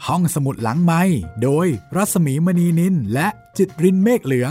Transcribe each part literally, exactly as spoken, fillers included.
ห้องสมุดหลังไมค์โดยรัศมีมณีนินและจิตรินเมฆเหลือง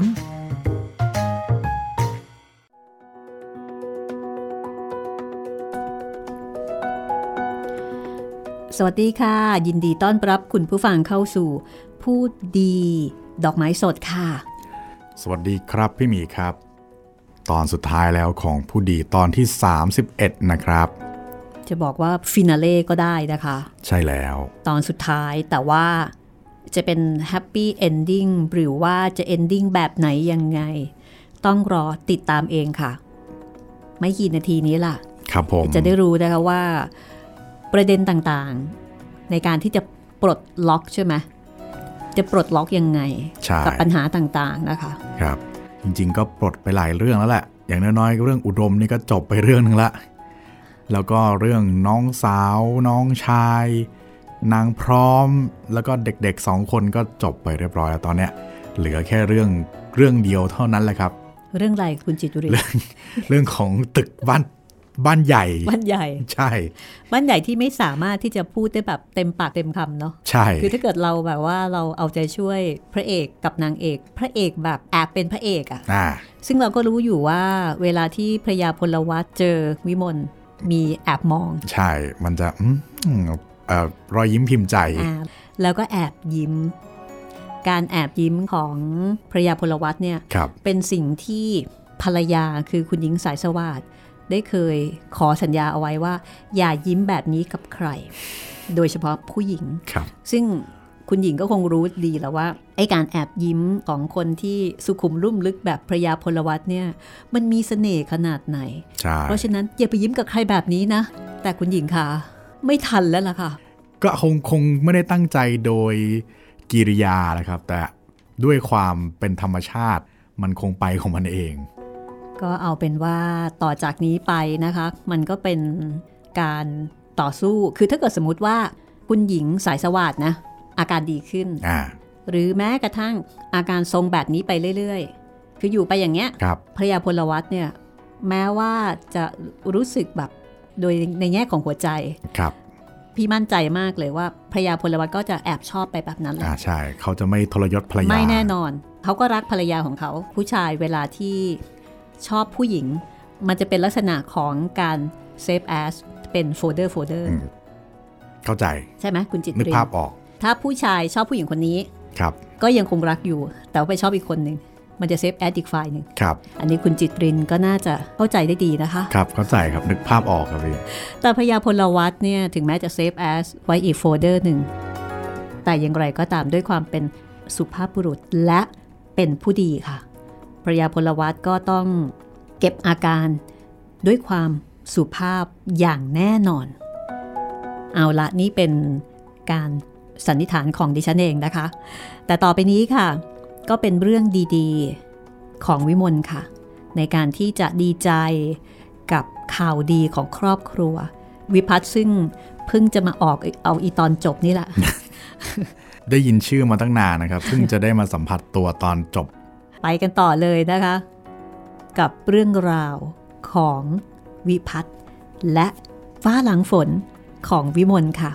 สวัสดีค่ะยินดีต้อนรับคุณผู้ฟังเข้าสู่พูดดีดอกไม้สดค่ะสวัสดีครับพี่หมีครับตอนสุดท้ายแล้วของผู้ดีตอนที่สามสิบเอ็ดนะครับจะบอกว่าฟินาเล่ก็ได้นะคะใช่แล้วตอนสุดท้ายแต่ว่าจะเป็นแฮปปี้เอนดิ้งหรือว่าจะเอนดิ้งแบบไหนยังไงต้องรอติดตามเองค่ะไม่กี่นาทีนี้ล่ะครับผมจะได้รู้นะคะว่าประเด็นต่างๆในการที่จะปลดล็อกใช่ไหมจะปลดล็อกยังไงกับปัญหาต่างๆนะคะครับจริงๆก็ปลดไปหลายเรื่องแล้วแหละอย่างน้อยๆเรื่องอุดมนี่ก็จบไปเรื่องนึงละแล้วก็เรื่องน้องสาวน้องชายนางพร้อมแล้วก็เด็กๆสองคนก็จบไปเรียบร้อยแล้วตอนเนี้ยเหลือแค่เรื่องเรื่องเดียวเท่านั้นแหละครับเรื่องอะไรคุณจิตรินเรื่องเรื่องของตึกบ้านบ้านใหญ่บ้านใหญ่ใช่บ้านใหญ่ที่ไม่สามารถที่จะพูดได้แบบเต็มปากเต็มคำเนาะใช่คือถ้าเกิดเราแบบว่าเราเอาใจช่วยพระเอกกับนางเอกพระเอกแบบแอบเป็นพระเอกอะ่ะซึ่งเราก็รู้อยู่ว่าเวลาที่พระยาพลวัตเจอวิมลมีแอบมองใช่มันจะเอ่อรอยยิ้มพิมพ์ใจแล้วก็แอบยิ้มการแอบยิ้มของพระยาพลวัตเนี่ยเป็นสิ่งที่ภรรยาคือคุณหญิงสายสวัสดิ์ได้เคยขอสัญญาเอาไว้ว่าอย่ายิ้มแบบนี้กับใครโดยเฉพาะผู้หญิงซึ่งคุณหญิงก็คงรู้ดีแล้วว่าไอ้การแอบยิ้มของคนที่สุขุมลุ่มลึกแบบพระยาพลวัตเนี่ยมันมีเสน่ห์ขนาดไหนเพราะฉะนั้นอย่าไปยิ้มกับใครแบบนี้นะแต่คุณหญิงค่ะไม่ทันแล้วล่ะค่ะก็คงคงไม่ได้ตั้งใจโดยกิริยานะครับแต่ด้วยความเป็นธรรมชาติมันคงไปของมันเองก็เอาเป็นว่าต่อจากนี้ไปนะคะมันก็เป็นการต่อสู้คือถ้าเกิดสมมุติว่าคุณหญิงสายสวัสดิ์นะอาการดีขึ้นหรือแม้กระทั่งอาการทรงแบบนี้ไปเรื่อยๆคืออยู่ไปอย่างเงี้ยพระยาพลวัตเนี่ยแม้ว่าจะรู้สึกแบบโดยในแง่ของหัวใจพี่มั่นใจมากเลยว่าพระยาพลวัตก็จะแอบชอบไปแบบนั้นแหละใช่เขาจะไม่ทรยศภรรยาไม่แน่นอนเขาก็รักภรรยาของเขาผู้ชายเวลาที่ชอบผู้หญิงมันจะเป็นลักษณะของการเซฟแอสเป็นโฟลเดอร์โฟลเดอร์เข้าใจใช่ไหมคุณจิตรินนึกภาพออกถ้าผู้ชายชอบผู้หญิงคนนี้ครับก็ยังคงรักอยู่แต่ว่าไปชอบอีกคนหนึ่งมันจะเซฟแอสอีกฝ่ายหนึ่งครับอันนี้คุณจิตรินก็น่าจะเข้าใจได้ดีนะคะครับเข้าใจครับนึกภาพออกครับพี่แต่พระยาพลวัตเนี่ยถึงแม้จะเซฟแอสไว้อีกโฟลเดอร์หนึ่งแต่อย่างไรก็ตามด้วยความเป็นสุภาพบุรุษและเป็นผู้ดีค่ะพระยาพลวัตก็ต้องเก็บอาการด้วยความสุภาพอย่างแน่นอนเอาละนี่เป็นการสันนิษฐานของดิฉันเองนะคะแต่ต่อไปนี้ค่ะก็เป็นเรื่องดีๆของวิมลค่ะในการที่จะดีใจกับข่าวดีของครอบครัววิภัตรซึ่งเพิ่งจะมาออกเอาอีตอนจบนี่แหละได้ยินชื่อมาตั้งนานนะครับเพิ่งจะได้มาสัมผัสตัวตอนจบไปกันต่อเลยนะคะกับเรื่องราวของวิภัตรและฟ้าหลังฝนของวิมลค่ะ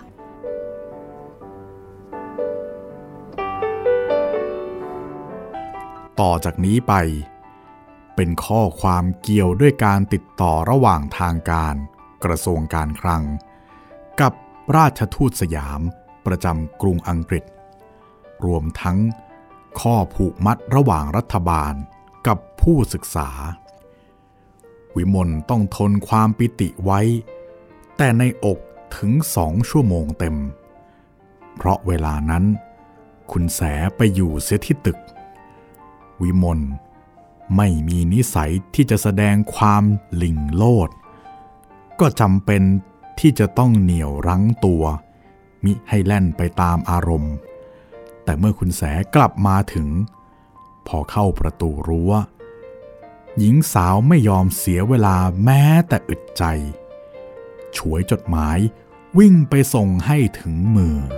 ต่อจากนี้ไปเป็นข้อความเกี่ยวด้วยการติดต่อระหว่างทางการกระทรวงการคลังกับราชทูตสยามประจำกรุงอังกฤษรวมทั้งข้อผูกมัดระหว่างรัฐบาลกับผู้ศึกษาวิมลต้องทนความปิติไว้แต่ในอกถึงสองชั่วโมงเต็มเพราะเวลานั้นคุณแสไปอยู่เสียที่ตึกวิมลไม่มีนิสัยที่จะแสดงความหลิ่งโลดก็จำเป็นที่จะต้องเหนี่ยวรั้งตัวมิให้แล่นไปตามอารมณ์แต่เมื่อคุณแสกลับมาถึงพอเข้าประตูรั้วหญิงสาวไม่ยอมเสียเวลาแม้แต่อึดใจฉวยจดหมายวิ่งไปส่งให้ถึงมือ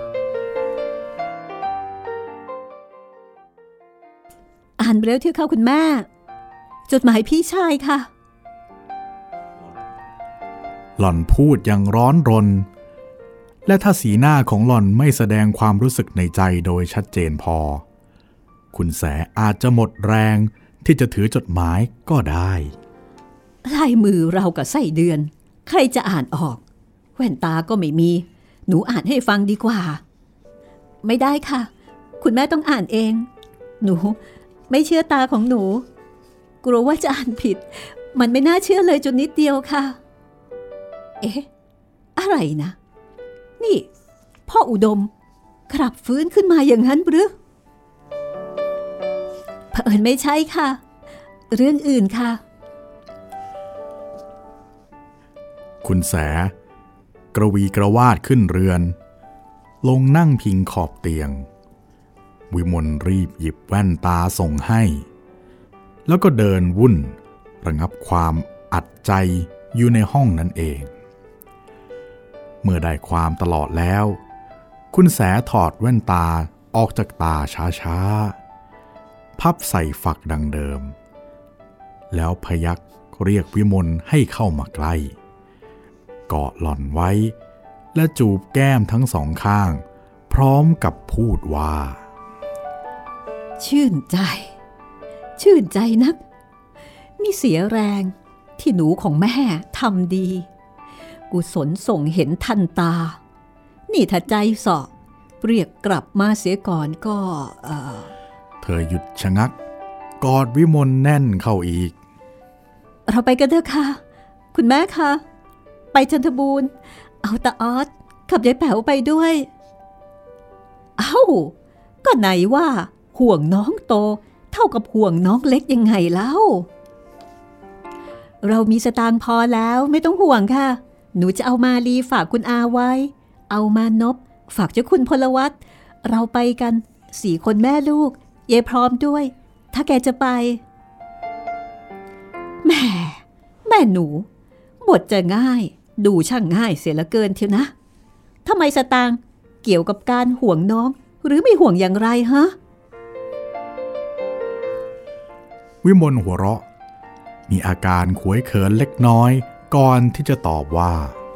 อ่านเร็วที่เข้าคุณแม่จดหมายพี่ชายค่ะหล่อนพูดอย่างร้อนรนและถ้าสีหน้าของหล่อนไม่แสดงความรู้สึกในใจโดยชัดเจนพอคุณแสอาจจะหมดแรงที่จะถือจดหมายก็ได้ลายมือเรากับไส้เดือนใครจะอ่านออกแว่นตาก็ไม่มีหนูอ่านให้ฟังดีกว่าไม่ได้ค่ะคุณแม่ต้องอ่านเองหนูไม่เชื่อตาของหนูกลัวว่าจะอ่านผิดมันไม่น่าเชื่อเลยจนนิดเดียวค่ะเอ๊ะอะไรนะนี่พ่ออุดมกลับฟื้นขึ้นมาอย่างนั้นหรือเผอิญไม่ใช่ค่ะเรื่องอื่นค่ะคุณแสกระวีกระวาดขึ้นเรือนลงนั่งพิงขอบเตียงวิมลรีบหยิบแว่นตาส่งให้แล้วก็เดินวุ่นระงับความอัดใจอยู่ในห้องนั้นเองเมื่อได้ความตลอดแล้วคุณแสถอดแว่นตาออกจากตาช้าๆพับใส่ฝักดังเดิมแล้วพยักเรียกวิมลให้เข้ามาใกล้กอดหล่อนไว้และจูบแก้มทั้งสองข้างพร้อมกับพูดว่าชื่นใจชื่นใจนักมิเสียแรงที่หนูของแม่ทำดีกุศลส่งเห็นทันตานี่ถ้าใจสอบเรียกกลับมาเสียก่อนก็เอ่อเธอหยุดชะงักกอดวิมลแน่นเข้าอีกเราไปกันเถอะค่ะคุณแม่คะไปจันทบูรณ์เอาตาออสกับยายแป๋วไปด้วยเอ้าก็ไหนว่าห่วงน้องโตเท่ากับห่วงน้องเล็กยังไงเล่าเรามีสตางค์พอแล้วไม่ต้องห่วงค่ะหนูจะเอามาลีฝากคุณอาไว้เอามานพฝากเจ้าคุณพลวัตเราไปกันสี่คนแม่ลูกเยพร้อมด้วยถ้าแกจะไปแม่แม่หนูบทจะง่ายดูช่างง่ายเสียละเกินเทียวนะทำไมสตางค์เกี่ยวกับการห่วงน้องหรือไม่ห่วงอย่างไรฮะวิมลหัวเราะมีอาการขวยเขินเล็กน้อยก่อนที่จะตอบว่า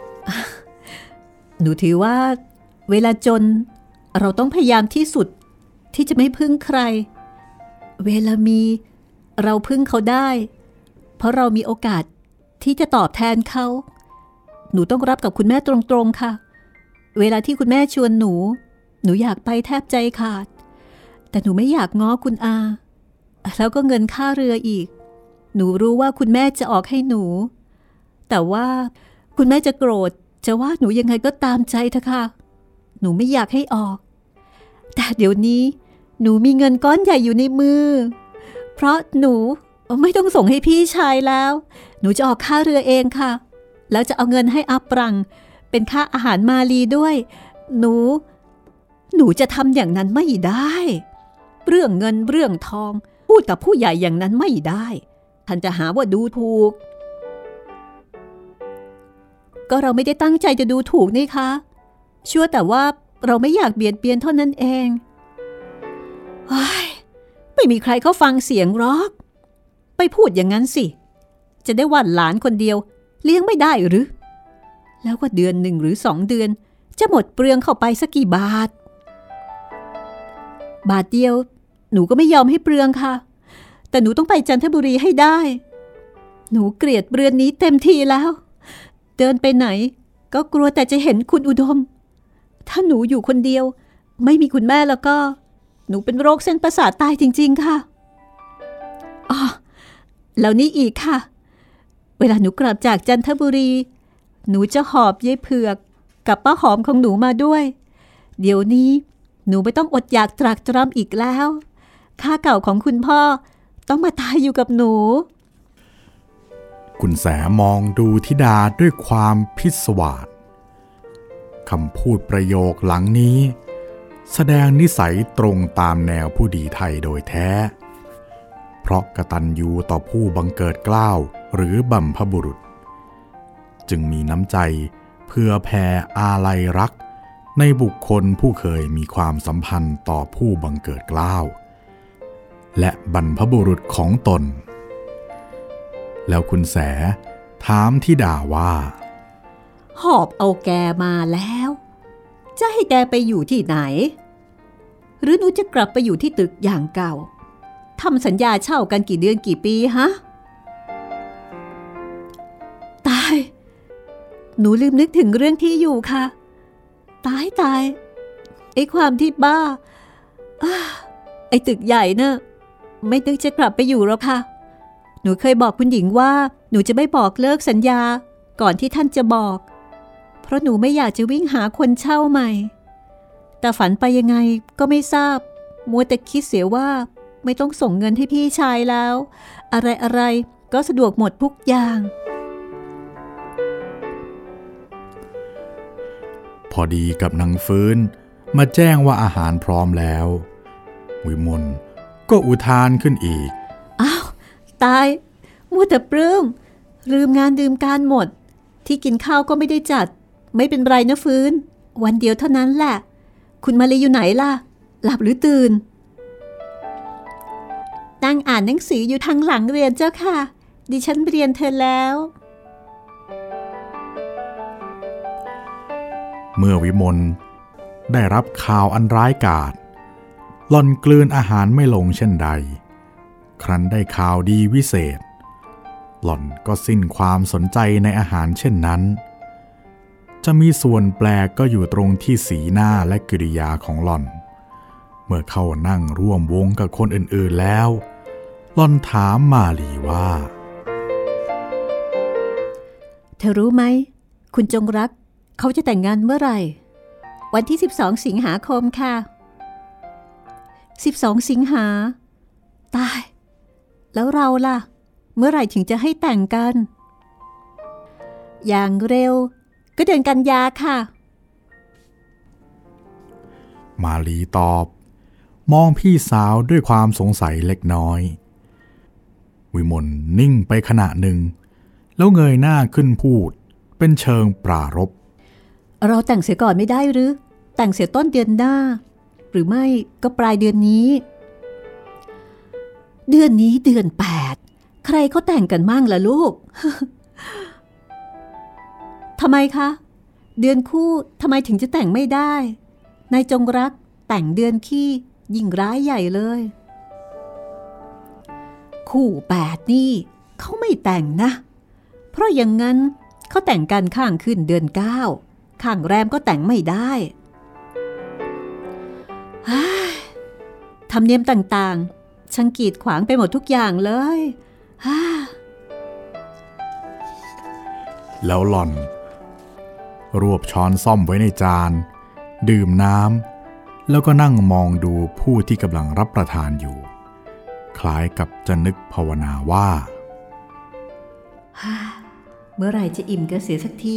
หนูถือว่าเวลาจนเราต้องพยายามที่สุดที่จะไม่พึ่งใครเวลามีเราพึ่งเขาได้เพราะเรามีโอกาสที่จะตอบแทนเขาหนูต้องรับกับคุณแม่ตรงๆค่ะเวลาที่คุณแม่ชวนหนูหนูอยากไปแทบใจขาดแต่หนูไม่อยากง้อคุณอาแล้วก็เงินค่าเรืออีกหนูรู้ว่าคุณแม่จะออกให้หนูแต่ว่าคุณแม่จะโกรธจะว่าหนูยังไงก็ตามใจเถอะค่ะหนูไม่อยากให้ออกแต่เดี๋ยวนี้หนูมีเงินก้อนใหญ่อยู่ในมือเพราะหนูไม่ต้องส่งให้พี่ชายแล้วหนูจะออกค่าเรือเองค่ะแล้วจะเอาเงินให้อาปรังเป็นค่าอาหารมาลีด้วยหนูหนูจะทำอย่างนั้นไม่ได้เรื่องเงินเรื่องทองพูดกับผู้ใหญ่อย่างนั้นไม่ได้ท่านจะหาว่าดูถูกก็เราไม่ได้ตั้งใจจะดูถูกนี่คะชั่วแต่ว่าเราไม่อยากเบียดเบียนเท่านั้นเองไม่มีใครเขาฟังเสียงหรอกไปพูดอย่างนั้นสิจะได้ว่าหลานคนเดียวเลี้ยงไม่ได้หรือแล้วก็เดือนหนึ่งหรือสองเดือนจะหมดเปลืองเข้าไปสักกี่บาทบาทเดียวหนูก็ไม่ยอมให้เปลืองค่ะแต่หนูต้องไปจันทบุรีให้ได้หนูเกลียดเรือนนี้เต็มทีแล้วเดินไปไหนก็กลัวแต่จะเห็นคุณอุดมถ้าหนูอยู่คนเดียวไม่มีคุณแม่แล้วก็หนูเป็นโรคเส้นประสาทตายจริงๆค่ะอ๋อแล้วนี่อีกค่ะเวลาหนูกลับจากจันทบุรีหนูจะหอบยายเผือกกับป้าหอมของหนูมาด้วยเดี๋ยวนี้หนูไม่ต้องอดอยากตรากตรำอีกแล้วข้าเก่าของคุณพ่อต้องมาตายอยู่กับหนูคุณแสมองดูธิดาด้วยความพิศวาสคำพูดประโยคหลังนี้แสดงนิสัยตรงตามแนวผู้ดีไทยโดยแท้เพราะกตัญญูต่อผู้บังเกิดเกล้าหรือบัมพบุรุษจึงมีน้ำใจเพื่อแผ่อาลัยรักในบุคคลผู้เคยมีความสัมพันธ์ต่อผู้บังเกิดเกล้าและบรรพบุรุษของตนแล้วคุณแสถามธิดาว่าหอบเอาแกมาแล้วจะให้แกไปอยู่ที่ไหนหรือหนูจะกลับไปอยู่ที่ตึกอย่างเก่าทำสัญญาเช่ากันกี่เดือนกี่ปีฮะตายหนูลืมนึกถึงเรื่องที่อยู่ค่ะตายตายไอ้ความที่บ้าไอ้ตึกใหญ่เนอะไม่นึกจะกลับไปอยู่หรอกค่ะหนูเคยบอกคุณหญิงว่าหนูจะไม่บอกเลิกสัญญาก่อนที่ท่านจะบอกเพราะหนูไม่อยากจะวิ่งหาคนเช่าใหม่แต่ฝันไปยังไงก็ไม่ทราบมัวแต่คิดเสียว่าไม่ต้องส่งเงินให้พี่ชายแล้วอะไรอะไรก็สะดวกหมดทุกอย่างพอดีกับนางฟื้นมาแจ้งว่าอาหารพร้อมแล้ววิมลก็อุทานขึ้นอีกอ้าวตายมัวแต่ปลื้มลืมงานลืมการหมดที่กินข้าวก็ไม่ได้จัดไม่เป็นไรนะฟื้นวันเดียวเท่านั้นแหละคุณมาลีอยู่ไหนล่ะหลับหรือตื่นนั่งอ่านหนังสืออยู่ทางหลังเรียนเจ้าค่ะดิฉันเรียนเธอแล้วเมื่อวิมลได้รับข่าวอันร้ายกาจหล่อนกลืนอาหารไม่ลงเช่นใดครั้นได้ข่าวดีวิเศษหล่อนก็สิ้นความสนใจในอาหารเช่นนั้นจะมีส่วนแปลกก็อยู่ตรงที่สีหน้าและกิริยาของหล่อนเมื่อเข้านั่งร่วมวงกับคนอื่นๆแล้วหล่อนถามมาลีว่าเธอรู้ไหมคุณจงรักเขาจะแต่งงานเมื่อไหร่วันที่สิบสองสิงหาคมค่ะสิบสองสิงหาตายแล้วเราล่ะเมื่อไหร่ถึงจะให้แต่งกันอย่างเร็วก็เดือนกันยาค่ะมาลีตอบมองพี่สาวด้วยความสงสัยเล็กน้อยวิมลนิ่งไปขณะหนึ่งแล้วเงยหน้าขึ้นพูดเป็นเชิงปรารภเราแต่งเสียก่อนไม่ได้หรือแต่งเสียต้นเดือนหน้าหรือไม่ก็ปลายเดือนนี้เดือนนี้เดือนแปดใครเขาแต่งกันมั่งล่ะลูก ทำไมคะเดือนคู่ทำไมถึงจะแต่งไม่ได้นายจงรักแต่งเดือนขี้ยิ่งร้ายใหญ่เลยคู่แปดนี่เขาไม่แต่งนะเพราะอย่างนั้นเขาแต่งกันข้างขึ้นเดือนเก้าข้างแรมก็แต่งไม่ได้ธรรมเนียมต่างๆช่างกีดขวางไปหมดทุกอย่างเลยแล้วหล่อนรวบช้อนส้อมไว้ในจานดื่มน้ำแล้วก็นั่งมองดูผู้ที่กำลังรับประทานอยู่คล้ายกับจะนึกภาวนาว่าเมื่อไหร่จะอิ่มกันเสียสักที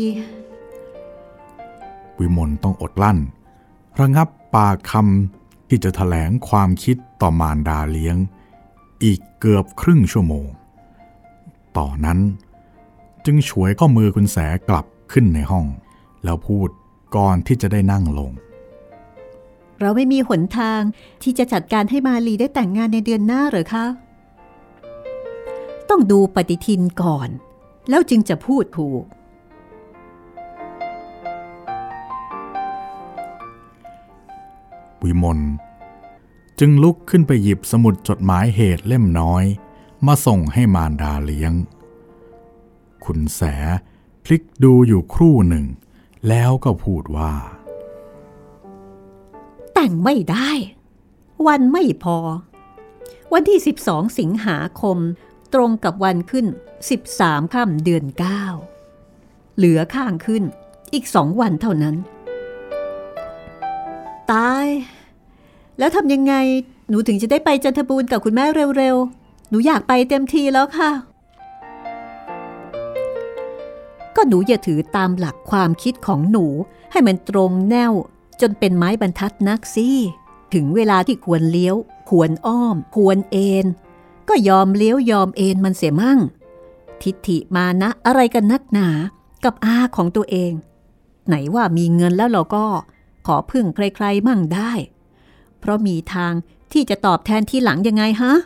วิมลต้องอดกลั้นระงับปากคำที่จะแถลงความคิดต่อมารดาเลี้ยงอีกเกือบครึ่งชั่วโมงต่อนนั้นจึงฉวยข้อมือคุณแสกลับขึ้นในห้องแล้วพูดก่อนที่จะได้นั่งลงเราไม่มีหนทางที่จะจัดการให้มาลีได้แต่งงานในเดือนหน้าหรือคะต้องดูปฏิทินก่อนแล้วจึงจะพูดถูกวิมลจึงลุกขึ้นไปหยิบสมุดจดหมายเหตุเล่มน้อยมาส่งให้มารดาเลี้ยงคุณแสพลิกดูอยู่ครู่หนึ่งแล้วก็พูดว่าแต่งไม่ได้วันไม่พอวันที่สิบสองสิงหาคมตรงกับวันขึ้นสิบสามค่ำเดือนเก้าเหลือข้างขึ้นอีกสองวันเท่านั้นตายแล้วทำยังไงหนูถึงจะได้ไปจันทบูรณ์กับคุณแม่เร็วๆหนูอยากไปเต็มทีแล้วค่ะก็หนูอย่าถือตามหลักความคิดของหนูให้มันตรงแนวจนเป็นไม้บรรทัดนักสิถึงเวลาที่ควรเลี้ยวควรอ้อมควรเอ็นก็ยอมเลี้ยวยอมเอ็นมันเสียมั่งทิฐิมานะอะไรกันนักหนากับอาของตัวเองไหนว่ามีเงินแล้วเราก็ขอพึ่งใครๆมั่งได้เพราะมีทางที่จะตอบแทนทีหลังยังไงฮะ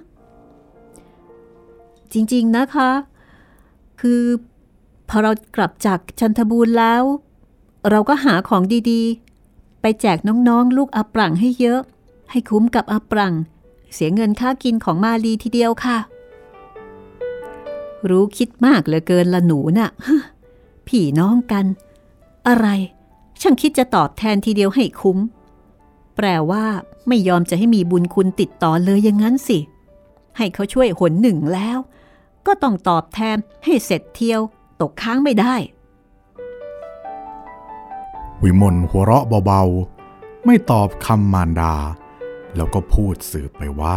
จริงๆนะคะคือพอเรากลับจากจันทบูรณ์แล้วเราก็หาของดีๆไปแจกน้องๆลูกอาปรังให้เยอะให้คุ้มกับอาปรังเสียเงินค่ากินของมาลีทีเดียวค่ะรู้คิดมากเหลือเกินละหนูน่ะพี่น้องกันอะไรช่างคิดจะตอบแทนทีเดียวให้คุ้มแปลว่าไม่ยอมจะให้มีบุญคุณติดต่อเลยอย่างนั้นสิให้เขาช่วยหนหนึ่งแล้วก็ต้องตอบแทนให้เสร็จเที่ยวตกค้างไม่ได้วิมลหัวเราะเบาๆไม่ตอบคำมารดาแล้วก็พูดสืบไปว่า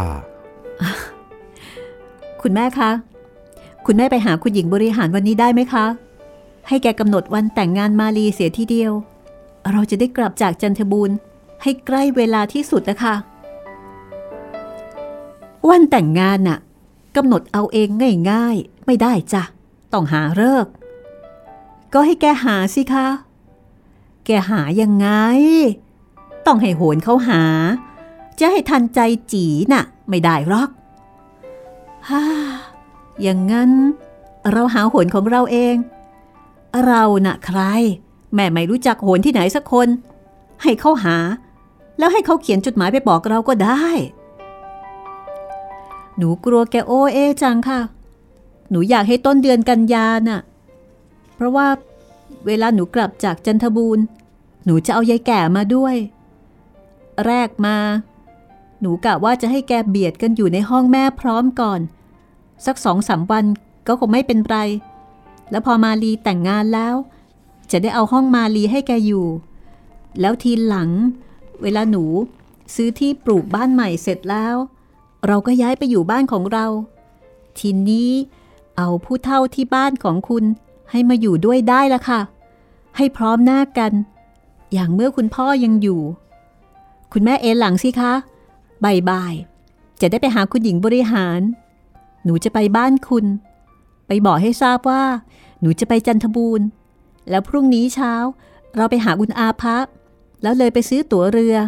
คุณแม่คะคุณแม่ไปหาคุณหญิงบริหารวันนี้ได้ไหมคะให้แกกำหนดวันแต่งงานมาลีเสียทีเดียวเราจะได้กลับจากจันทบูรณ์ให้ใกล้เวลาที่สุดนะคะวันแต่งงานน่ะกำหนดเอาเองง่ายๆไม่ได้จ้ะต้องหาฤกษ์ก็ให้แกหาสิคะแกหายังไงต้องให้โหนเขาหาจะให้ทันใจจีน่ะไม่ได้หรอกฮ่าอย่างงั้นเราหาโหนของเราเองเราน่ะใครแม่ไม่รู้จักโหนที่ไหนสักคนให้เขาหาแล้วให้เขาเขียนจดหมายไปบอกเราก็ได้หนูกลัวแกโอเอจังค่ะหนูอยากให้ต้นเดือนกันยาน่ะเพราะว่าเวลาหนูกลับจากจันทบูรณ์หนูจะเอายายแก่มาด้วยแรกมาหนูกะว่าจะให้แกเบียดกันอยู่ในห้องแม่พร้อมก่อนสักสองสามวันก็คงไม่เป็นไรแล้วพอมาลีแต่งงานแล้วจะได้เอาห้องมาลีให้แกอยู่แล้วทีหลังเวลาหนูซื้อที่ปลูกบ้านใหม่เสร็จแล้วเราก็ย้ายไปอยู่บ้านของเราทีนี้เอาผู้เฒ่าที่บ้านของคุณให้มาอยู่ด้วยได้ละค่ะให้พร้อมหน้ากันอย่างเมื่อคุณพ่อยังอยู่คุณแม่เอนหลังสิคะบ่ายๆจะได้ไปหาคุณหญิงบริหารหนูจะไปบ้านคุณไปบอกให้ทราบว่าหนูจะไปจันทบูรณ์แล้วพรุ่งนี้เช้าเราไปหาคุณอาภะแล้วเลยไปซื้อตั๋วเรือ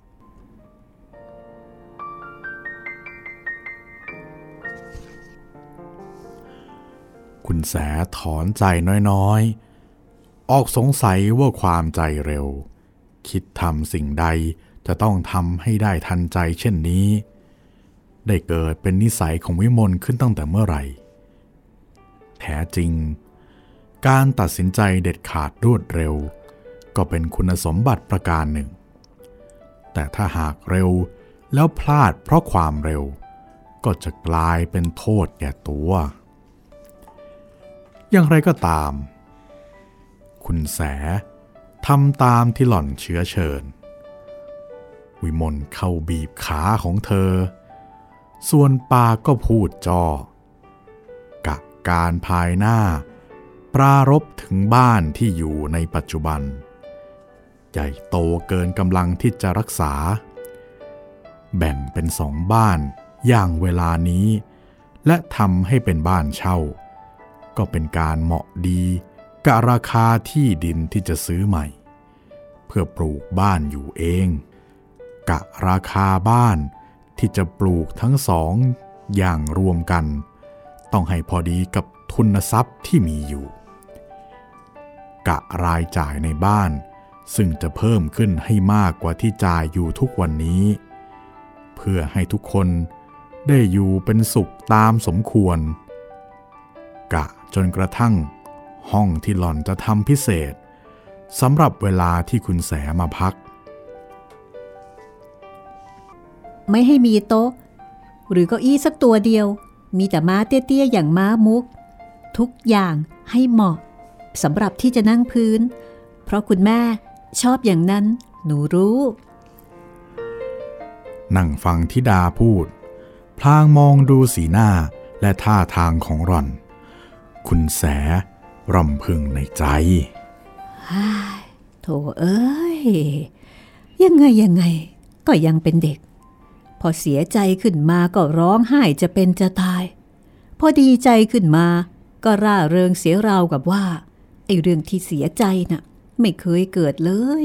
คุณแสถอนใจน้อยๆออกสงสัยว่าความใจเร็วคิดทำสิ่งใดจะต้องทำให้ได้ทันใจเช่นนี้ได้เกิดเป็นนิสัยของวิมลขึ้นตั้งแต่เมื่อไหร่แท้จริงการตัดสินใจเด็ดขาดรวดเร็วก็เป็นคุณสมบัติประการหนึ่งแต่ถ้าหากเร็วแล้วพลาดเพราะความเร็วก็จะกลายเป็นโทษแก่ตัวอย่างไรก็ตามคุณแสทำตามที่หล่อนเชื้อเชิญวิมลเข้าบีบขาของเธอส่วนปากก็พูดจอกะการภายหน้าปรารภถึงบ้านที่อยู่ในปัจจุบันใหญ่โตเกินกำลังที่จะรักษาแบ่งเป็นสองบ้านอย่างเวลานี้และทำให้เป็นบ้านเช่าก็เป็นการเหมาะดีกับราคาที่ดินที่จะซื้อใหม่เพื่อปลูกบ้านอยู่เองกะราคาบ้านที่จะปลูกทั้งสองอย่างรวมกันต้องให้พอดีกับทุนทรัพย์ที่มีอยู่กะรายจ่ายในบ้านซึ่งจะเพิ่มขึ้นให้มากกว่าที่จ่ายอยู่ทุกวันนี้เพื่อให้ทุกคนได้อยู่เป็นสุขตามสมควรกะจนกระทั่งห้องที่หล่อนจะทำพิเศษสำหรับเวลาที่คุณแสมาพักไม่ให้มีโต๊ะหรือเก้าอี้สักตัวเดียวมีแต่ม้าเตี้ยๆอย่างม้ามุกทุกอย่างให้เหมาะสำหรับที่จะนั่งพื้นเพราะคุณแม่ชอบอย่างนั้นหนูรู้นั่งฟังธิดาพูดพลางมองดูสีหน้าและท่าทางของหล่อนคุณแสรำพึงในใจโถเอ้ยยังไงยังไงก็ยังเป็นเด็กพอเสียใจขึ้นมาก็ร้องไห้จะเป็นจะตายพอดีใจขึ้นมาก็ร่าเริงเสียราวกับว่าไอ้เรื่องที่เสียใจน่ะไม่เคยเกิดเลย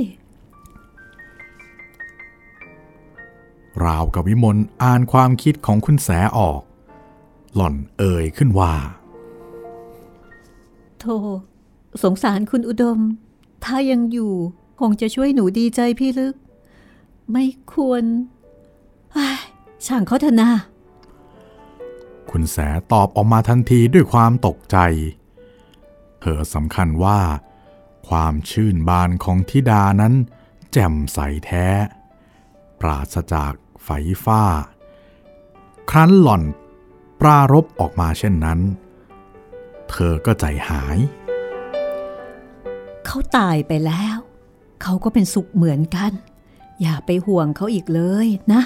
ราวกับวิมลอ่านความคิดของคุณแสออกหล่อนเอ่ยขึ้นว่าโธ่สงสารคุณอุดมถ้ายังอยู่คงจะช่วยหนูดีใจพี่ลึกไม่ควรช่างเขาเถอะนะคุณแสตอบออกมาทันทีด้วยความตกใจเธอสำคัญว่าความชื่นบานของธิดานั้นแจ่มใสแท้ปราศจากไฝฟ้าครั้นหล่อนปรารภออกมาเช่นนั้นเธอก็ใจหายเขาตายไปแล้วเขาก็เป็นสุขเหมือนกันอย่าไปห่วงเขาอีกเลยนะ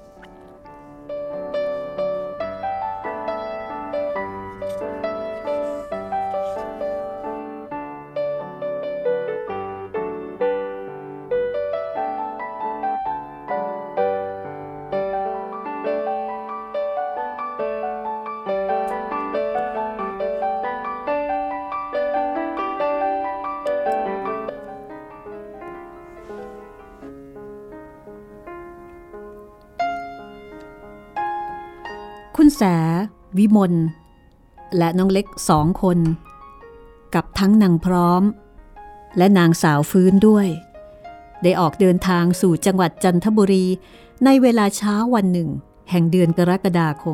คุณแสวิมลและน้องเล็กสองคนกับทั้งนางพร้อมและนางสาวฟื้นด้วยได้ออกเดินทางสู่จังหวัดจันทบุรีในเวลาเช้าวันหนึ่งแห่งเดือนกรกฎาคม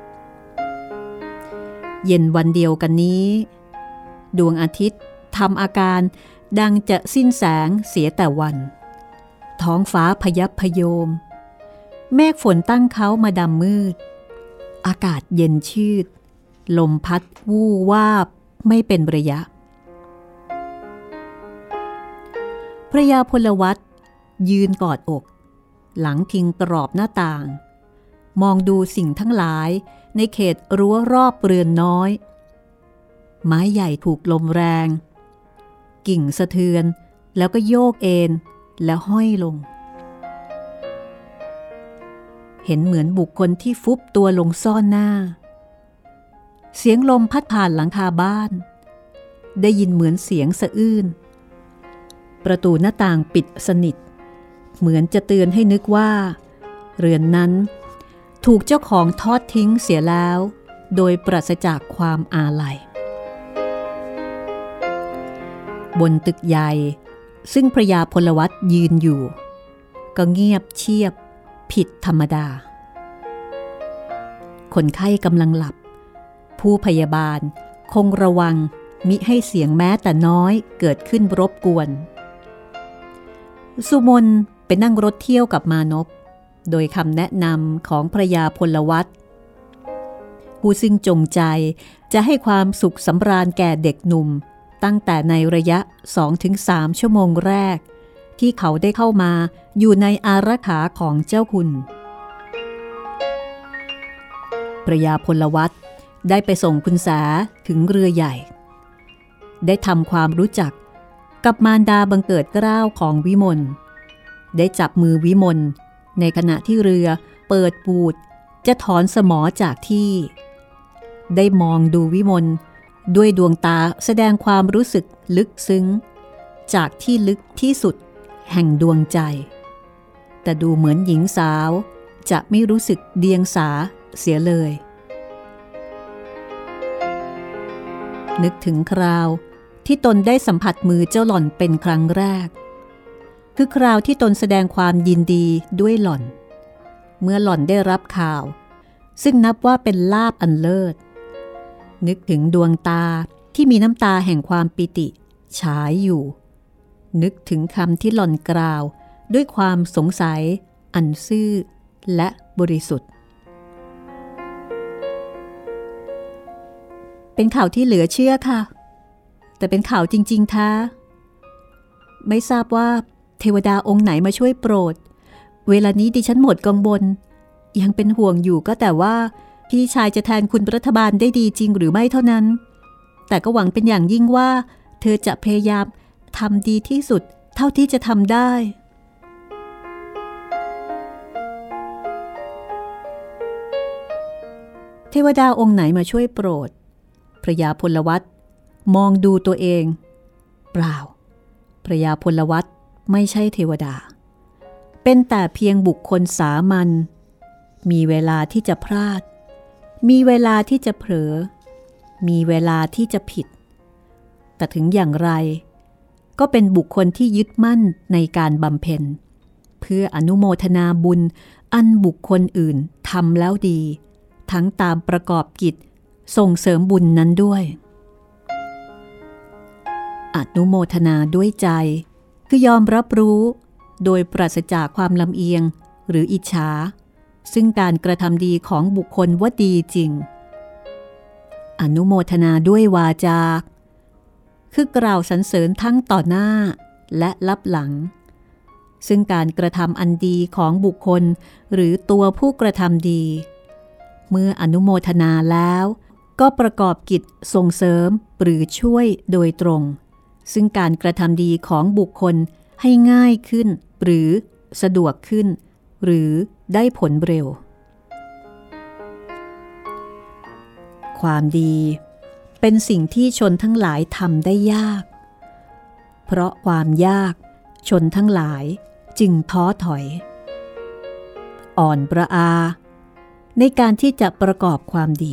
เย็นวันเดียวกันนี้ดวงอาทิตย์ทำอาการดังจะสิ้นแสงเสียแต่วันท้องฟ้าพยับพโยมเมฆฝนตั้งเขามาดำมืดอากาศเย็นชืดลมพัดวู่วาบไม่เป็นระยะพระยาพลวัตยืนกอดอกหลังพิงกรอบหน้าต่างมองดูสิ่งทั้งหลายในเขตรั้วรอบเรือนน้อยไม้ใหญ่ถูกลมแรงกิ่งสะเทือนแล้วก็โยกเอนแล้วห้อยลงเห็นเหมือนบุคคลที่ฟุบตัวลงซ่อนหน้าเสียงลมพัดผ่านหลังคาบ้านได้ยินเหมือนเสียงสะอื้นประตูหน้าต่างปิดสนิทเหมือนจะเตือนให้นึกว่าเรือนนั้นถูกเจ้าของทอดทิ้งเสียแล้วโดยปราศจากความอาลัยบนตึกใหญ่ซึ่งพระยาพลวัตยืนอยู่ก็เงียบเชียบผิดธรรมดาคนไข้กำลังหลับผู้พยาบาลคงระวังมิให้เสียงแม้แต่น้อยเกิดขึ้นรบกวนสุมนไปนั่งรถเที่ยวกับมานพโดยคำแนะนำของพระยาพลวัตผู้ซึ่งจงใจจะให้ความสุขสำราญแก่เด็กหนุ่มตั้งแต่ในระยะ สองถึงสาม ชั่วโมงแรกที่เขาได้เข้ามาอยู่ในอารักขาของเจ้าคุณพระยาพลวัตได้ไปส่งคุณสาถึงเรือใหญ่ได้ทำความรู้จักกับมารดาบังเกิดเกล้าของวิมลได้จับมือวิมลในขณะที่เรือเปิดปูดจะถอนสมอจากที่ได้มองดูวิมลด้วยดวงตาแสดงความรู้สึกลึกซึ้งจากที่ลึกที่สุดแห่งดวงใจแต่ดูเหมือนหญิงสาวจะไม่รู้สึกเดียงสาเสียเลยนึกถึงคราวที่ตนได้สัมผัสมือเจ้าหล่อนเป็นครั้งแรกคือคราวที่ตนแสดงความยินดีด้วยหล่อนเมื่อหล่อนได้รับข่าวซึ่งนับว่าเป็นลาภอันเลิศนึกถึงดวงตาที่มีน้ำตาแห่งความปิติฉายอยู่นึกถึงคำที่หล่อนกล่าวด้วยความสงสัยอันซื่อและบริสุทธิ์เป็นข่าวที่เหลือเชื่อค่ะแต่เป็นข่าวจริงๆแท้ไม่ทราบว่าเทวดาองค์ไหนมาช่วยโปรดเวลานี้ดิฉันหมดกังวลยังเป็นห่วงอยู่ก็แต่ว่าพี่ชายจะแทนคุณรัฐบาลได้ดีจริงหรือไม่เท่านั้นแต่ก็หวังเป็นอย่างยิ่งว่าเธอจะพยายามทำดีที่สุดเท่าที่จะทำได้เทวดาองค์ไหนมาช่วยโปรดพระยาพลวัตมองดูตัวเองเปล่าพระยาพลวัตไม่ใช่เทวดาเป็นแต่เพียงบุคคลสามัญมีเวลาที่จะพลาดมีเวลาที่จะเผลอมีเวลาที่จะผิดแต่ถึงอย่างไรก็เป็นบุคคลที่ยึดมั่นในการบำเพ็ญเพื่ออนุโมทนาบุญอันบุคคลอื่นทำแล้วดีทั้งตามประกอบกิจส่งเสริมบุญนั้นด้วยอนุโมทนาด้วยใจคือยอมรับรู้โดยปราศจากความลำเอียงหรืออิจฉาซึ่งการกระทำดีของบุคคลว่าดีจริงอนุโมทนาด้วยวาจาคือกล่าวสรรเสริญทั้งต่อหน้าและลับหลังซึ่งการกระทำอันดีของบุคคลหรือตัวผู้กระทำดีเมื่ออนุโมทนาแล้วก็ประกอบกิจส่งเสริมหรือช่วยโดยตรงซึ่งการกระทำดีของบุคคลให้ง่ายขึ้นหรือสะดวกขึ้นหรือได้ผลเร็วความดีเป็นสิ่งที่ชนทั้งหลายทำได้ยากเพราะความยากชนทั้งหลายจึงท้อถอยอ่อนประอาในการที่จะประกอบความดี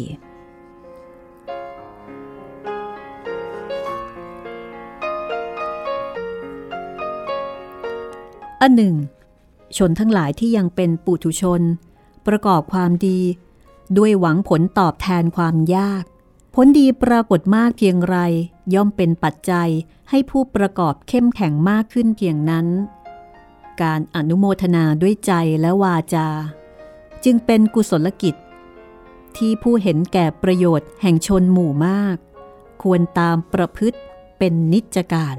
อันหนึ่งชนทั้งหลายที่ยังเป็นปุถุชนประกอบความดีด้วยหวังผลตอบแทนความยากผลดีปรากฏมากเพียงไรย่อมเป็นปัจจัยให้ผู้ประกอบเข้มแข็งมากขึ้นเพียงนั้นการอนุโมทนาด้วยใจและวาจาจึงเป็นกุศลกิจที่ผู้เห็นแก่ประโยชน์แห่งชนหมู่มากควรตามประพฤติเป็นนิจการ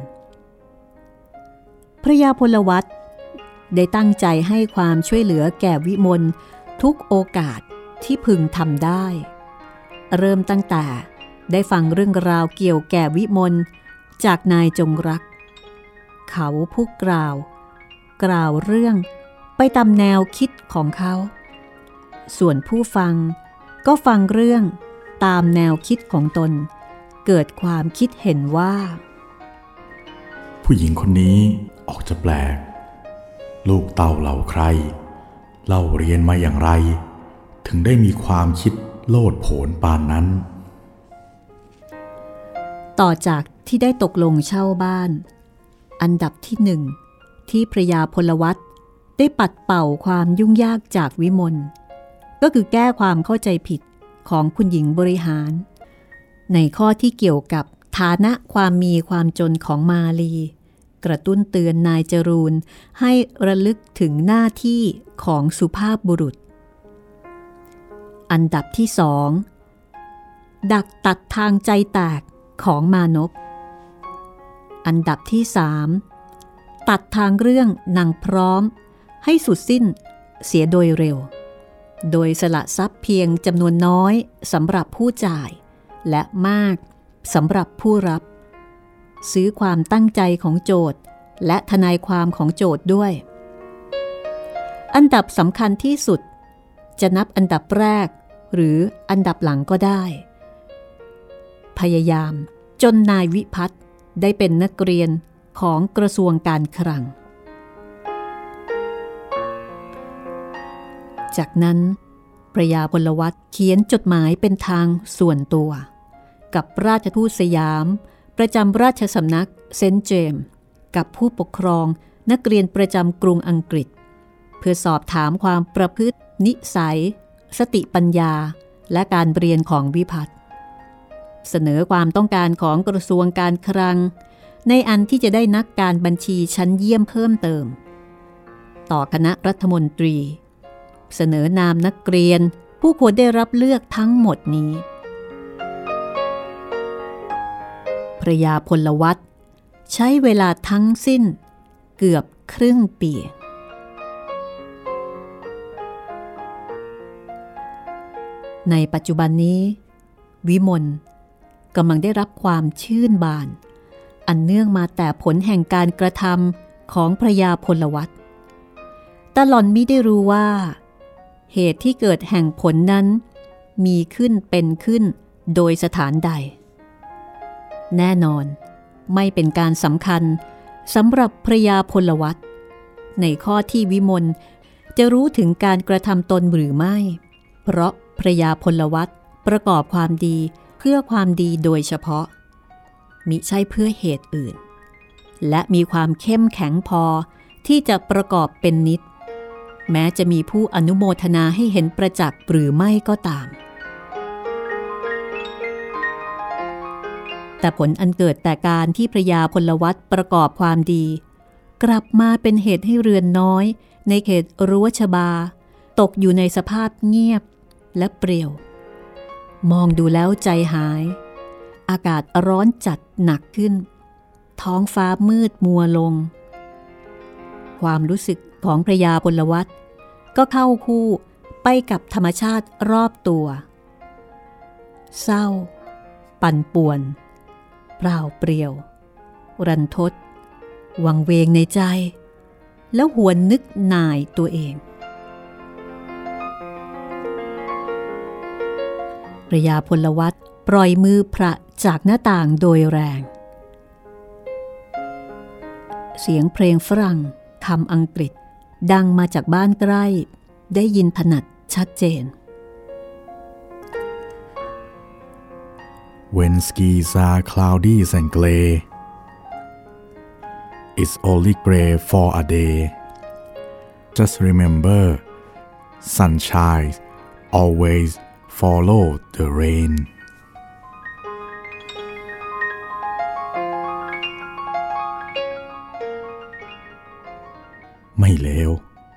พระยาพลวัตได้ตั้งใจให้ความช่วยเหลือแก่วิมลทุกโอกาสที่พึงทำได้เริ่มตั้งแต่ได้ฟังเรื่องราวเกี่ยวแก่วิมลจากนายจงรักเขาผู้กล่าวกล่าวเรื่องไปตามแนวคิดของเขาส่วนผู้ฟังก็ฟังเรื่องตามแนวคิดของตนเกิดความคิดเห็นว่าผู้หญิงคนนี้ออกจะแปลกลูกเต้าเหล่าใครเล่าเรียนมาอย่างไรถึงได้มีความคิดโลดโผนปานนั้นต่อจากที่ได้ตกลงเช่าบ้านอันดับที่หนึ่งที่พระยาพลวัตได้ปัดเป่าความยุ่งยากจากวิมลก็คือแก้ความเข้าใจผิดของคุณหญิงบริหารในข้อที่เกี่ยวกับฐานะความมีความจนของมาลีกระตุ้นเตือนนายจรูนให้ระลึกถึงหน้าที่ของสุภาพบุรุษอันดับที่สองดักตัดทางใจแตกของมานพอันดับที่สามตัดทางเรื่องนางพร้อมให้สุดสิ้นเสียโดยเร็วโดยสละทรัพย์เพียงจำนวนน้อยสำหรับผู้จ่ายและมากสำหรับผู้รับซื้อความตั้งใจของโจทก์และทนายความของโจทก์ด้วยอันดับสำคัญที่สุดจะนับอันดับแรกหรืออันดับหลังก็ได้พยายามจนนายวิพัฒน์ได้เป็นนักเรียนของกระทรวงการคลังจากนั้นพระยาพลวัตเขียนจดหมายเป็นทางส่วนตัวกับราชทูตสยามประจำราชสำนักเซนต์เจมส์กับผู้ปกครองนักเรียนประจำกรุงอังกฤษเพื่อสอบถามความประพฤตินิสัยสติปัญญาและการเรียนของวิพัฒน์เสนอความต้องการของกระทรวงการคลังในอันที่จะได้นักการบัญชีชั้นเยี่ยมเพิ่มเติมต่อคณะรัฐมนตรีเสนอนามนักเรียนผู้ควรได้รับเลือกทั้งหมดนี้พระยาพลวัตใช้เวลาทั้งสิ้นเกือบครึ่งปีในปัจจุบันนี้วิมลกำลังได้รับความชื่นบานอันเนื่องมาแต่ผลแห่งการกระทำของพระยาพลวัตแต่หล่อนมิได้รู้ว่าเหตุที่เกิดแห่งผลนั้นมีขึ้นเป็นขึ้นโดยสถานใดแน่นอนไม่เป็นการสำคัญสำหรับพระยาพลวัตในข้อที่วิมลจะรู้ถึงการกระทำตนหรือไม่เพราะพระยาพลวัตประกอบความดีเพื่อความดีโดยเฉพาะมิใช่เพื่อเหตุอื่นและมีความเข้มแข็งพอที่จะประกอบเป็นนิจแม้จะมีผู้อนุโมทนาให้เห็นประจักษ์หรือไม่ก็ตามแต่ผลอันเกิดแต่การที่พระยาพลวัตประกอบความดีกลับมาเป็นเหตุให้เรือนน้อยในเขตรั้วชบาตกอยู่ในสภาพเงียบและเปรี่ยวมองดูแล้วใจหายอากาศร้อนจัดหนักขึ้นท้องฟ้ามืดมัวลงความรู้สึกของพระยาพลวัตก็เข้าคู่ไปกับธรรมชาติรอบตัวเศร้าปั่นป่วนเปล่าเปลี่ยวรันทดวังเวงในใจแล้วหวนนึกหน่ายตัวเองพระยาพลวัตปล่อยมือพระจากหน้าต่างโดยแรงเสียงเพลงฝรั่งคำอังกฤษดังมาจากบ้านใกล้ได้ยินถนัดชัดเจน When skies are cloudy and gray It's only gray for a day Just remember sunshine always follow the rainไม่เลว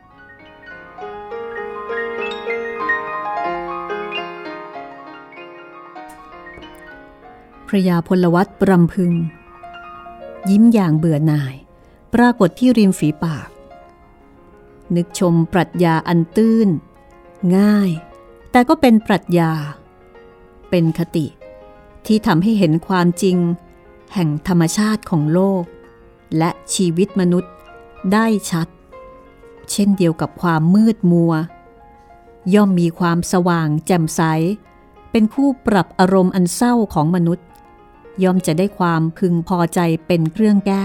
พระยาพลวัตรำพึงยิ้มอย่างเบื่อหน่ายปรากฏที่ริมฝีปากนึกชมปรัชญาอันตื้นง่ายแต่ก็เป็นปรัชญาเป็นคติที่ทำให้เห็นความจริงแห่งธรรมชาติของโลกและชีวิตมนุษย์ได้ชัดเช่นเดียวกับความมืดมัวย่อมมีความสว่างแจ่มใสเป็นคู่ปรับอารมณ์อันเศร้าของมนุษย์ย่อมจะได้ความพึงพอใจเป็นเครื่องแก้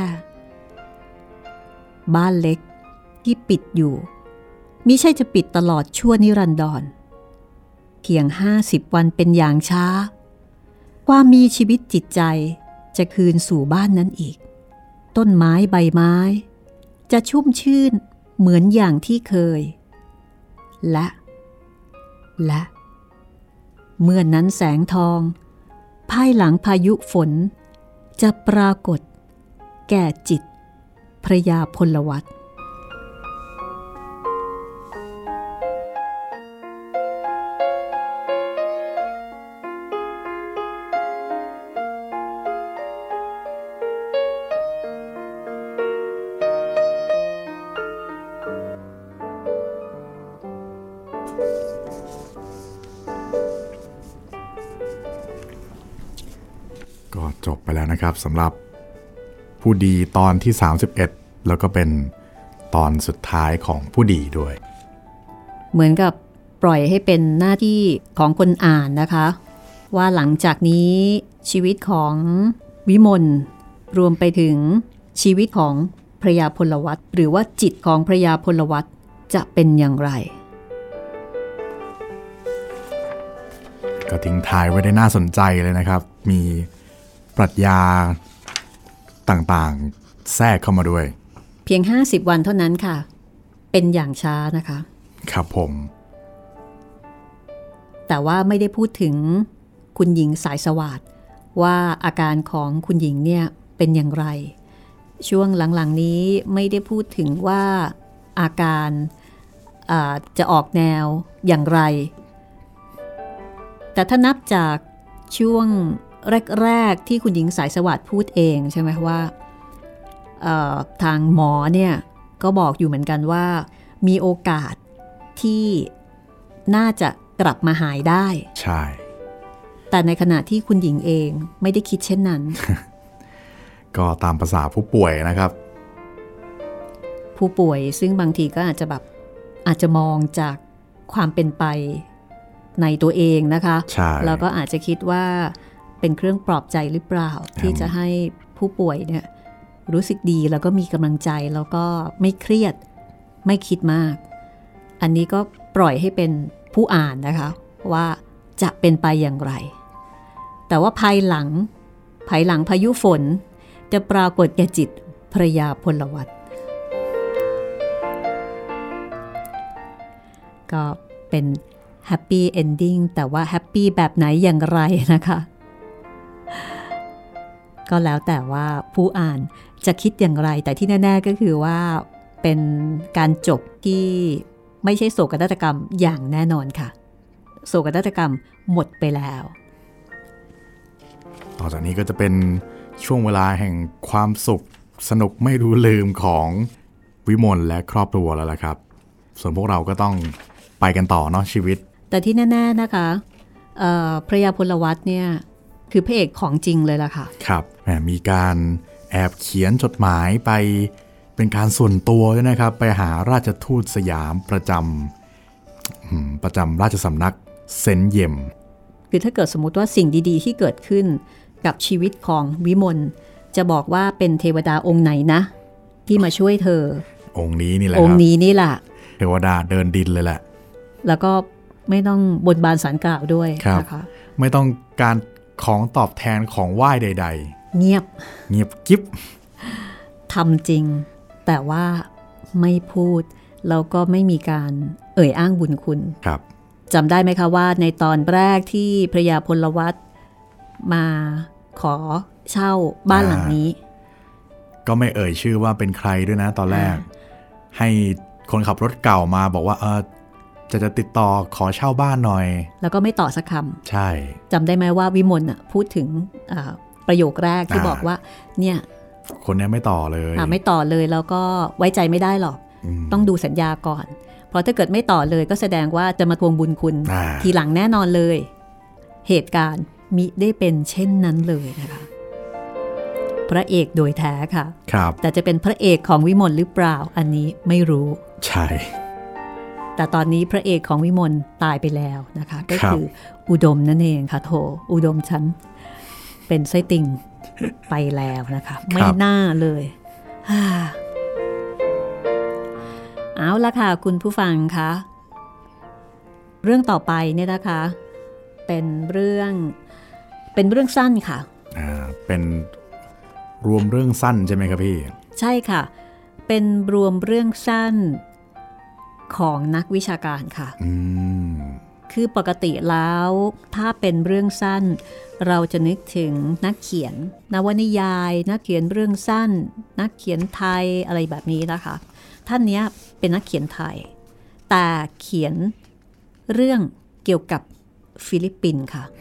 บ้านเล็กที่ปิดอยู่มิใช่จะปิดตลอดชั่วนิรันดรเพียงห้าสิบวันเป็นอย่างช้าความมีชีวิตจิตใจจะคืนสู่บ้านนั้นอีกต้นไม้ใบไม้จะชุ่มชื่นเหมือนอย่างที่เคยและและเมื่อนั้นแสงทองภายหลังพายุฝนจะปรากฏแก่จิตพระยาพลวัตก็จบไปแล้วนะครับสำหรับผู้ดีตอนที่สามสิบเอ็ดแล้วก็เป็นตอนสุดท้ายของผู้ดีด้วยเหมือนกับปล่อยให้เป็นหน้าที่ของคนอ่านนะคะว่าหลังจากนี้ชีวิตของวิมลรวมไปถึงชีวิตของพระยาพลวัตหรือว่าจิตของพระยาพลวัตจะเป็นอย่างไรก็ทิ้งท้ายไว้ได้น่าสนใจเลยนะครับมีปรัชญาต่างๆแทรกเข้ามาด้วยเพียงห้าสิบวันเท่านั้นค่ะเป็นอย่างช้านะคะครับผมแต่ว่าไม่ได้พูดถึงคุณหญิงสายสวัสดิ์ว่าอาการของคุณหญิงเนี่ยเป็นอย่างไรช่วงหลังๆนี้ไม่ได้พูดถึงว่าอาการจะออกแนวอย่างไรแต่ถ้านับจากช่วงแรกๆที่คุณหญิงสายสวัสดิ์พูดเองใช่ไหมว่าทางหมอเนี่ยก็บอกอยู่เหมือนกันว่ามีโอกาสที่น่าจะกลับมาหายได้ใช่แต่ในขณะที่คุณหญิงเองไม่ได้คิดเช่นนั้นก็ตามภาษาผู้ป่วยนะครับผู้ป่วยซึ่งบางทีก็อาจจะแบบอาจจะมองจากความเป็นไปในตัวเองนะคะแล้วก็อาจจะคิดว่าเป็นเครื่องปลอบใจหรือเปล่าที่จะให้ผู้ป่วยเนี่ยรู้สึกดีแล้วก็มีกำลังใจแล้วก็ไม่เครียดไม่คิดมากอันนี้ก็ปล่อยให้เป็นผู้อ่านนะคะว่าจะเป็นไปอย่างไรแต่ว่าภายหลังภายหลังพายุฝนจะปรากฏแก่จิตพระยาพลวัตก็เป็นแฮปปี้เอนดิ้งแต่ว่าแฮปปี้แบบไหนอย่างไรนะคะก็แล้วแต่ว่าผู้อ่านจะคิดอย่างไรแต่ที่แน่ๆก็คือว่าเป็นการจบที่ไม่ใช่โศกนาฏกรรมอย่างแน่นอนค่ะโศกนาฏกรรมหมดไปแล้วต่อจากนี้ก็จะเป็นช่วงเวลาแห่งความสุขสนุกไม่รู้ลืมของวิมลและครอบครัวแล้วล่ะครับส่วนพวกเราก็ต้องไปกันต่อเนาะชีวิตแต่ที่แน่ๆนะคะพระยาพลวัตเนี่ยคือพระเอกของจริงเลยล่ะค่ะครับมีการแอบเขียนจดหมายไปเป็นการส่วนตัวด้วยนะครับไปหาราชทูตสยามประจำประจำราชสำนักเซนเยมคือถ้าเกิดสมมติว่าสิ่งดีๆที่เกิดขึ้นกับชีวิตของวิมลจะบอกว่าเป็นเทวดาองค์ไหนนะที่มาช่วยเธอองค์นี้นี่แหละองค์นี้นี่แหละเทวดาเดินดินเลยแหละแล้วก็ไม่ต้องบนบานศาลกล่าวด้วยนะคะไม่ต้องการของตอบแทนของไหว้ใดๆเงียบเงียบกิ๊บทำจริงแต่ว่าไม่พูดแล้วก็ไม่มีการเอ่ยอ้างบุญคุณครับจำได้ไหมคะว่าในตอนแรกที่พระยาพลวัตมาขอเช่าบ้านหลังนี้ก็ไม่เอ่ยชื่อว่าเป็นใครด้วยนะตอนแรกให้คนขับรถเก่ามาบอกว่าเออจะจะติดต่อขอเช่าบ้านหน่อยแล้วก็ไม่ต่อสักคำใช่จำได้ไหมว่าวิมลพูดถึงประโยคแรกที่บอกว่าเนี่ยคนนี้ไม่ต่อเลยไม่ต่อเลยแล้วก็ไว้ใจไม่ได้หรอกต้องดูสัญญาก่อนเพราะถ้าเกิดไม่ต่อเลยก็แสดงว่าจะมาทวงบุญคุณทีหลังแน่นอนเลยเหตุการณ์มิได้เป็นเช่นนั้นเลยนะคะพระเอกโดยแท้ค่ะครับแต่จะเป็นพระเอกของวิมลหรือเปล่าอันนี้ไม่รู้ใช่แต่ตอนนี้พระเอกของวิมลตายไปแล้วนะคะก็คืออุดมนั่นเองค่ะโถอุดมฉันเป็นไส้ติ่งไปแล้วนะคะไม่น่าเลยเอาละค่ะคุณผู้ฟังคะเรื่องต่อไปเนี่ยนะคะเป็นเรื่องเป็นเรื่องสั้นค่ะอ่าเป็นรวมเรื่องสั้นใช่ไหมครับพี่ใช่ค่ะเป็นรวมเรื่องสั้นของนักวิชาการค่ะอืมคือปกติแล้วถ้าเป็นเรื่องสั้นเราจะนึกถึงนักเขียนนวนิยายนักเขียนเรื่องสั้นนักเขียนไทยอะไรแบบนี้นะคะท่านนี้เป็นนักเขียนไทยแต่เขียนเรื่องเกี่ยวกับฟิลิปปินส์ค่ะ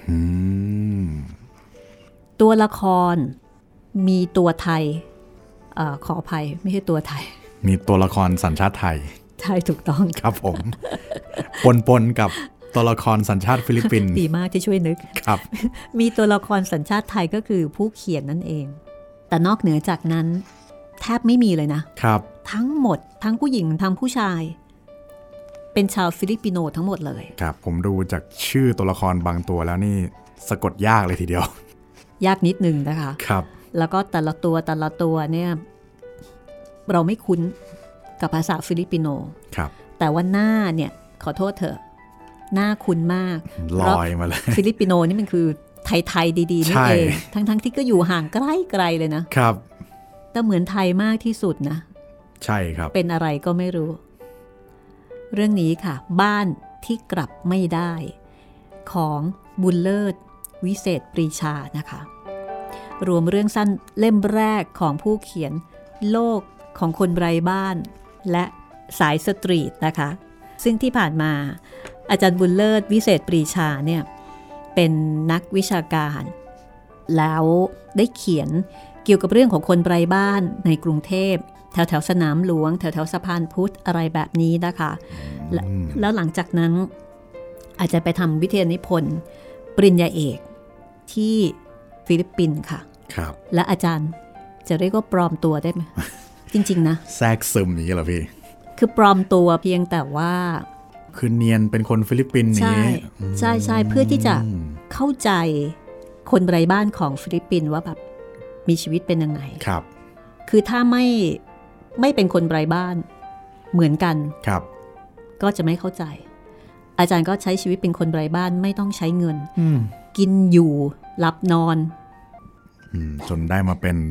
ตัวละครมีตัวไทยเอ่อขออภัยไม่ใช่ตัวไทยมีตัวละครสัญชาติไทยใช่ถูกต้องครับผมปนปนกับตัวละครสัญชาติฟิลิปปินส์ดีมากที่ช่วยนึกครับมีตัวละครสัญชาติไทยก็คือผู้เขียนนั่นเองแต่นอกเหนือจากนั้นแทบไม่มีเลยนะครับทั้งหมดทั้งผู้หญิงทั้งผู้ชายเป็นชาวฟิลิปปิโนทั้งหมดเลยครับผมดูจากชื่อตัวละครบางตัวแล้วนี่สะกดยากเลยทีเดียวยากนิดนึงนะคะครับแล้วก็แต่ละตัวแต่ละตัวเนี่ยเราไม่คุ้นกับภาษาฟิลิปปิโนครับแต่ว่าหน้าเนี่ยขอโทษเถอะหน้าคุ้นมากลอยมาเลยฟิลิปปิโนนี่มันคือไทยๆดีๆนี่เองทั้งๆที่ก็อยู่ห่างไกลๆเลยนะครับแต่เหมือนไทยมากที่สุดนะใช่ครับเป็นอะไรก็ไม่รู้เรื่องนี้ค่ะบ้านที่กลับไม่ได้ของบุญเลิศวิเศษปรีชานะคะรวมเรื่องสั้นเล่มแรกของผู้เขียนโลกของคนไร้บ้านและสายสตรีทนะคะซึ่งที่ผ่านมาอาจารย์บุญเลิศวิเศษปรีชาเนี่ยเป็นนักวิชาการแล้วได้เขียนเกี่ยวกับเรื่องของคนไร้บ้านในกรุงเทพแถวแถวสนามหลวงแถวแถวสะพานพุทธอะไรแบบนี้นะคะแล้วหลังจากนั้นอาจจะไปทำวิทยานิพนธ์ปริญญาเอกที่ฟิลิปปินส์ค่ะครับและอาจารย์จะเรียกว่าปลอมตัวได้ไหม จริงๆนะแทรกซึมอย่างนี้เหรอพี่คือปลอมตัวเพียงแต่ว่าคือเนียนเป็นคนฟิลิปปินส์นี้ใช่ใช่เพื่อที่จะเข้าใจคนไร้บ้านของฟิลิปปินส์ว่าแบบมีชีวิตเป็นยังไงครับคือถ้าไม่ไม่เป็นคนไร้บ้านเหมือนกันครับก็จะไม่เข้าใจอาจารย์ก็ใช้ชีวิตเป็นคนไร้บ้านไม่ต้องใช้เงินกินอยู่หลับนอนจนได้มาเป็น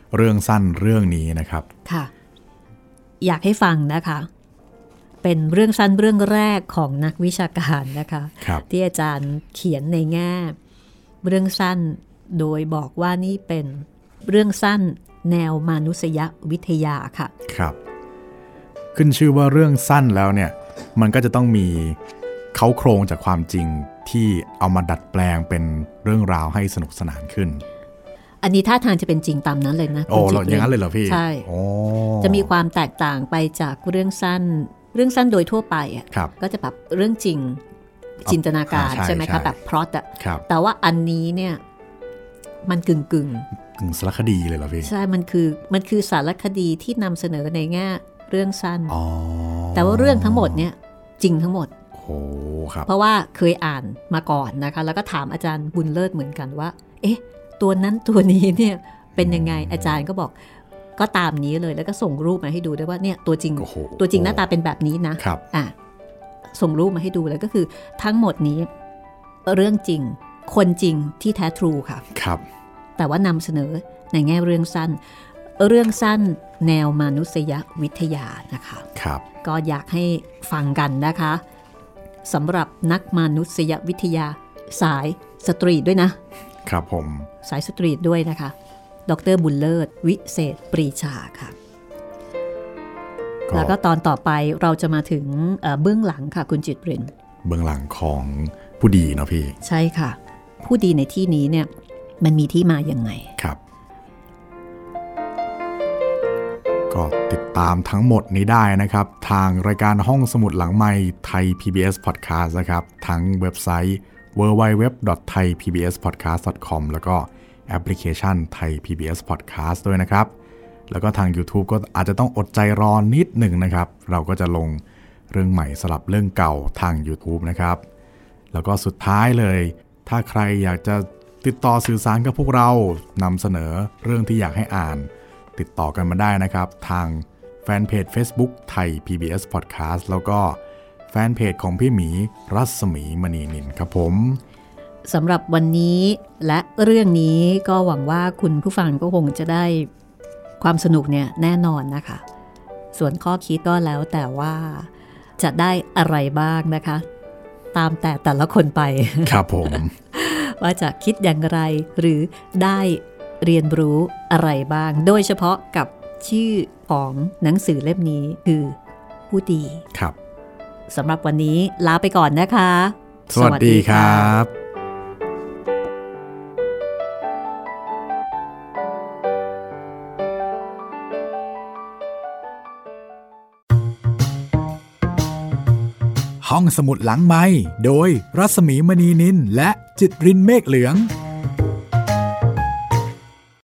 เรื่องสั้นเรื่องนี้นะครับค่ะอยากให้ฟังนะคะเป็นเรื่องสั้นเรื่องแรกของนักวิชาการนะคะที่อาจารย์เขียนในแง่เรื่องสั้นโดยบอกว่านี่เป็นเรื่องสั้นแนวมนุษยวิทยาค่ะครับขึ้นชื่อว่าเรื่องสั้นแล้วเนี่ยมันก็จะต้องมีเค้าโครงจากความจริงที่เอามาดัดแปลงเป็นเรื่องราวให้สนุกสนานขึ้นอันนี้ท่าทางจะเป็นจริงตามนั้นเลยนะโอ้เราอย่างนั้นเลยเหรอพี่ใช่จะมีความแตกต่างไปจากเรื่องสั้นเรื่องสั้นโดยทั่วไปอ่ะก็จะแบบเรื่องจริงจินตนาการใช่ไหมคะแบบพล็อตอ่ะแต่ว่าอันนี้เนี่ยมันกึ่งกึ่งกึ่งสารคดีเลยเหรอพี่ใช่มันคือมันคือสารคดีที่นำเสนอในแง่เรื่องสั้นแต่ว่าเรื่องทั้งหมดเนี่ยจริงทั้งหมดโอ้ครับเพราะว่าเคยอ่านมาก่อนนะคะแล้วก็ถามอาจารย์บุญเลิศเหมือนกันว่าเอ๊ะตัวนั้นตัวนี้เนี่ยเป็นยังไงอาจารย์ก็บอกก็ตามนี้เลยแล้วก็ส่งรูปมาให้ดูด้วยว่าเนี่ยตัวจริงตัวจริงหน้าตาเป็นแบบนี้นะครับอ่ะส่งรูปมาให้ดูแล้วก็คือทั้งหมดนี้เรื่องจริงคนจริงที่แท้ทรูค่ะครับแต่ว่านำเสนอในแง่เรื่องสั้นเรื่องสั้นแนวมนุษยวิทยานะคะครับก็อยากให้ฟังกันนะคะสำหรับนักมนุษยวิทยาสายสตรีทด้วยนะครับผมสายสตรีทด้วยนะคะดร.บุญเลิศวิเศษปรีชาค่ะแล้วก็ตอนต่อไปเราจะมาถึงเบื้องหลังค่ะคุณจิตรินเบื้องหลังของผู้ดีเนาะพี่ใช่ค่ะผู้ดีในที่นี้เนี่ยมันมีที่มาอย่างไงครับก็ติดตามทั้งหมดนี้ได้นะครับทางรายการห้องสมุดหลังไมค์ไทย พี บี เอส Podcast นะครับทั้งเว็บไซต์ ดับเบิลยู ดับเบิลยู ดับเบิลยู ดอท ไทย พี บี เอส พอดแคสต์ ดอท คอม แล้วก็แอปพลิเคชัน Thai พี บี เอส Podcast ด้วยนะครับแล้วก็ทาง YouTube ก็อาจจะต้องอดใจรอนิดหนึ่งนะครับเราก็จะลงเรื่องใหม่สลับเรื่องเก่าทาง YouTube นะครับแล้วก็สุดท้ายเลยถ้าใครอยากจะติดต่อสื่อสารกับพวกเรานำเสนอเรื่องที่อยากให้อ่านติดต่อกันมาได้นะครับทางแฟนเพจ Facebook ไทย พี บี เอส Podcast แล้วก็แฟนเพจของพี่หมีรัศมีมณีนินครับผมสำหรับวันนี้และเรื่องนี้ก็หวังว่าคุณผู้ฟังก็คงจะได้ความสนุกเนี่ยแน่นอนนะคะส่วนข้อคิดก็แล้วแต่ว่าจะได้อะไรบ้างนะคะตามแต่แต่ละคนไปครับผมว่าจะคิดอย่างไรหรือได้เรียนรู้อะไรบ้างโดยเฉพาะกับชื่อของหนังสือเล่มนี้คือผู้ดีครับสำหรับวันนี้ลาไปก่อนนะคะสวัสดีครับห้องสมุดหลังไมค์โดยรัศมีมณีนินและจิตรินเมฆเหลือง